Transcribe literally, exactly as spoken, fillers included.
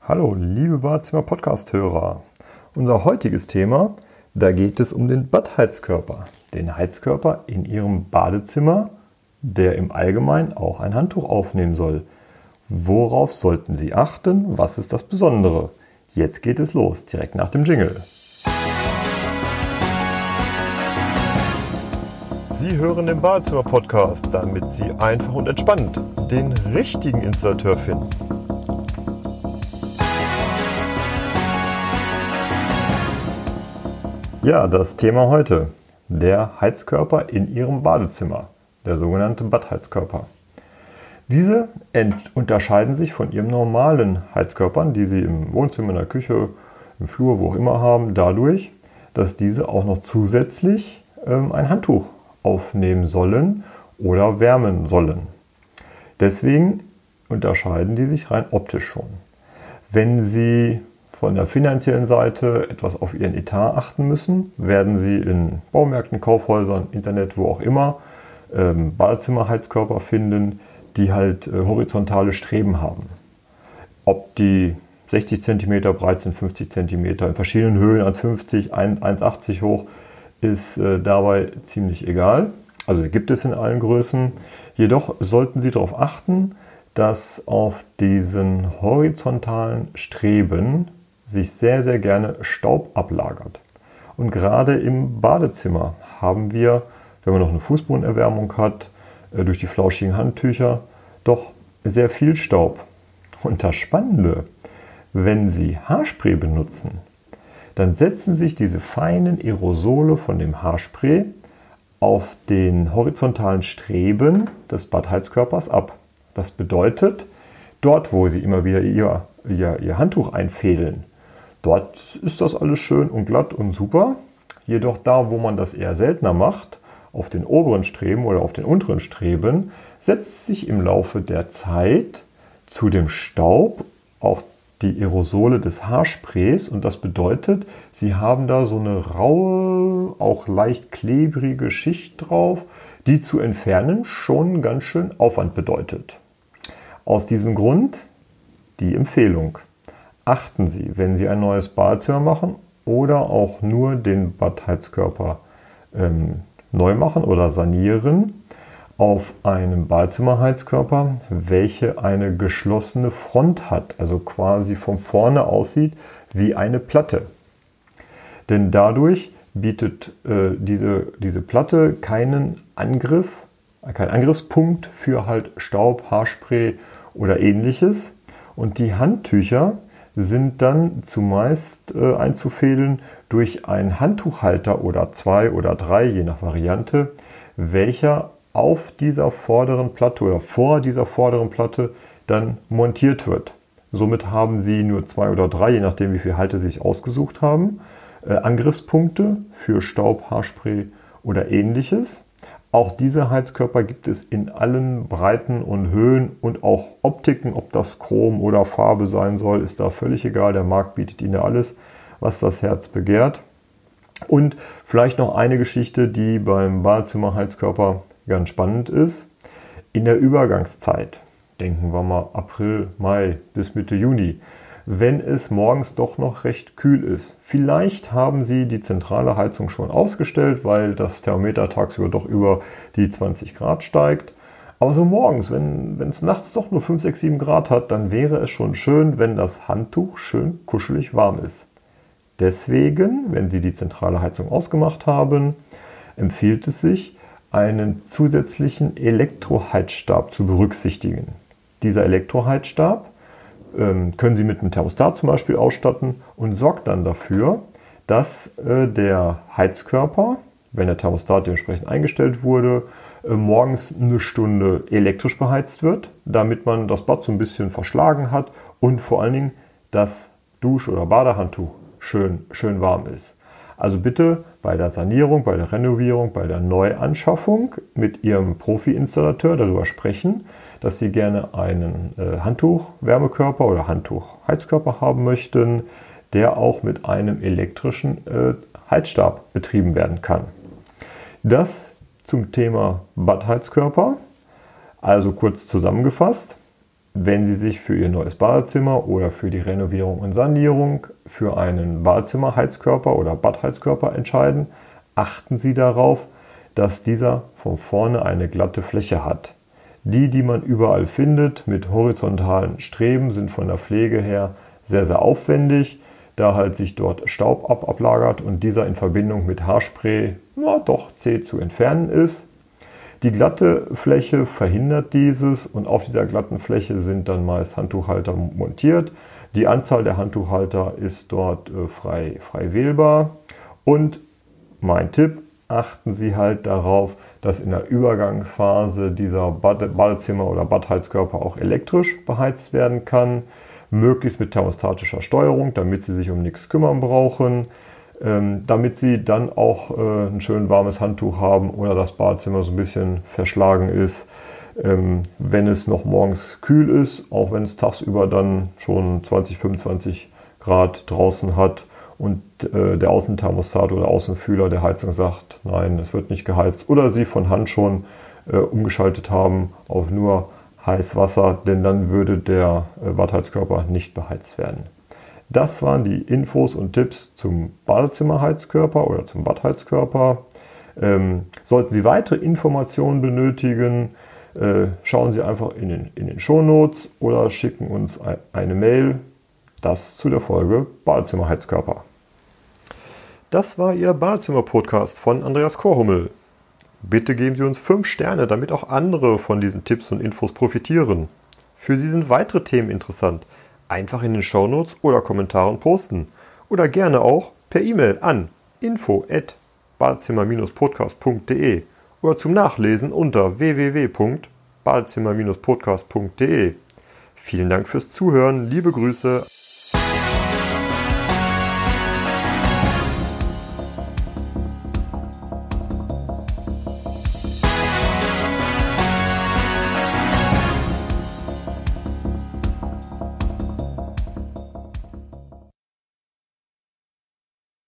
Hallo, liebe Badezimmer-Podcast-Hörer. Unser heutiges Thema, da geht es um den Badheizkörper. Den Heizkörper in Ihrem Badezimmer, der im Allgemeinen auch ein Handtuch aufnehmen soll. Worauf sollten Sie achten? Was ist das Besondere? Jetzt geht es los, direkt nach dem Jingle. Sie hören den Badezimmer-Podcast, damit Sie einfach und entspannt den richtigen Installateur finden. Ja, das Thema heute, der Heizkörper in Ihrem Badezimmer, der sogenannte Badheizkörper. Diese ent- unterscheiden sich von Ihren normalen Heizkörpern, die Sie im Wohnzimmer, in der Küche, im Flur, wo auch immer haben, dadurch, dass diese auch noch zusätzlich ähm, ein Handtuch aufnehmen sollen oder wärmen sollen. Deswegen unterscheiden die sich rein optisch schon. Wenn Sie von der finanziellen Seite etwas auf Ihren Etat achten müssen, werden Sie in Baumärkten, Kaufhäusern, Internet, wo auch immer, ähm, Badezimmerheizkörper finden, die halt äh, horizontale Streben haben. Ob die sechzig Zentimeter breit sind, fünfzig Zentimeter, in verschiedenen Höhen, eins Komma fünfzig, eins Komma achtzig hoch, ist äh, dabei ziemlich egal. Also gibt es in allen Größen. Jedoch sollten Sie darauf achten, dass auf diesen horizontalen Streben sich sehr, sehr gerne Staub ablagert. Und gerade im Badezimmer haben wir, wenn man noch eine Fußbodenerwärmung hat, durch die flauschigen Handtücher, doch sehr viel Staub. Und das Spannende, wenn Sie Haarspray benutzen, dann setzen sich diese feinen Aerosole von dem Haarspray auf den horizontalen Streben des Badheizkörpers ab. Das bedeutet, dort, wo Sie immer wieder Ihr, Ihr, Ihr Handtuch einfädeln, dort ist das alles schön und glatt und super. Jedoch da, wo man das eher seltener macht, auf den oberen Streben oder auf den unteren Streben, setzt sich im Laufe der Zeit zu dem Staub auch die Aerosole des Haarsprays. Und das bedeutet, Sie haben da so eine raue, auch leicht klebrige Schicht drauf, die zu entfernen schon ganz schön Aufwand bedeutet. Aus diesem Grund die Empfehlung. Achten Sie, wenn Sie ein neues Badezimmer machen oder auch nur den Badheizkörper ähm, neu machen oder sanieren, auf einem Badezimmerheizkörper, welche eine geschlossene Front hat, also quasi von vorne aussieht wie eine Platte. Denn dadurch bietet äh, diese, diese Platte keinen Angriff, keinen Angriffspunkt für halt Staub, Haarspray oder ähnliches. Und die Handtücher sind dann zumeist äh, einzufädeln durch einen Handtuchhalter oder zwei oder drei, je nach Variante, welcher auf dieser vorderen Platte oder vor dieser vorderen Platte dann montiert wird. Somit haben Sie nur zwei oder drei, je nachdem wie viele Halter Sie sich ausgesucht haben, äh, Angriffspunkte für Staub, Haarspray oder ähnliches. Auch diese Heizkörper gibt es in allen Breiten und Höhen und auch Optiken, ob das Chrom oder Farbe sein soll, ist da völlig egal. Der Markt bietet Ihnen alles, was das Herz begehrt. Und vielleicht noch eine Geschichte, die beim Badezimmerheizkörper ganz spannend ist. In der Übergangszeit, denken wir mal April, Mai bis Mitte Juni, wenn es morgens doch noch recht kühl ist. Vielleicht haben Sie die zentrale Heizung schon ausgestellt, weil das Thermometer tagsüber doch über die zwanzig Grad steigt. Aber so morgens, wenn, wenn es nachts doch nur fünf, sechs, sieben Grad hat, dann wäre es schon schön, wenn das Handtuch schön kuschelig warm ist. Deswegen, wenn Sie die zentrale Heizung ausgemacht haben, empfiehlt es sich, einen zusätzlichen Elektroheizstab zu berücksichtigen. Dieser Elektroheizstab ähm, können Sie mit einem Thermostat zum Beispiel ausstatten und sorgt dann dafür, dass äh, der Heizkörper, wenn der Thermostat dementsprechend eingestellt wurde, äh, morgens eine Stunde elektrisch beheizt wird, damit man das Bad so ein bisschen verschlagen hat und vor allen Dingen das Dusch- oder Badehandtuch schön, schön warm ist. Also bitte bei der Sanierung, bei der Renovierung, bei der Neuanschaffung mit Ihrem Profi-Installateur darüber sprechen, dass Sie gerne einen äh, Handtuch-Wärmekörper oder Handtuch-Heizkörper haben möchten, der auch mit einem elektrischen äh, Heizstab betrieben werden kann. Das zum Thema Badheizkörper. Also kurz zusammengefasst. wenn Sie sich für Ihr neues Badezimmer oder für die Renovierung und Sanierung für einen Badezimmerheizkörper oder Badheizkörper entscheiden, achten Sie darauf, dass dieser von vorne eine glatte Fläche hat. Die, die man überall findet, mit horizontalen Streben, sind von der Pflege her sehr, sehr aufwendig, da halt sich dort Staub ab ablagert und dieser in Verbindung mit Haarspray ja, doch zäh zu entfernen ist. Die glatte Fläche verhindert dieses und auf dieser glatten Fläche sind dann meist Handtuchhalter montiert. Die Anzahl der Handtuchhalter ist dort äh, frei, frei wählbar. Und mein Tipp, achten Sie halt darauf, dass in der Übergangsphase dieser Bade Badezimmer- oder Badheizkörper auch elektrisch beheizt werden kann. Möglichst mit thermostatischer Steuerung, damit Sie sich um nichts kümmern brauchen. Ähm, damit Sie dann auch äh, ein schön warmes Handtuch haben oder das Badezimmer so ein bisschen verschlagen ist, ähm, wenn es noch morgens kühl ist, auch wenn es tagsüber dann schon zwanzig, fünfundzwanzig Grad draußen hat und äh, der Außenthermostat oder Außenfühler der Heizung sagt, nein, es wird nicht geheizt oder Sie von Hand schon äh, umgeschaltet haben auf nur Heißwasser, denn dann würde der äh, Badheizkörper nicht beheizt werden. Das waren die Infos und Tipps zum Badezimmerheizkörper oder zum Badheizkörper. Ähm, sollten Sie weitere Informationen benötigen, äh, schauen Sie einfach in den, in den Shownotes oder schicken uns ein, eine Mail. Das zu der Folge Badezimmerheizkörper. Das war Ihr Badezimmer-Podcast von Andreas Korhummel. Bitte geben Sie uns fünf Sterne, damit auch andere von diesen Tipps und Infos profitieren. Für Sie sind weitere Themen interessant. Einfach in den Shownotes oder Kommentaren posten. Oder gerne auch per E-Mail an info at badezimmer podcast punkt de oder zum Nachlesen unter w w w punkt badezimmer podcast punkt de. Vielen Dank fürs Zuhören, liebe Grüße.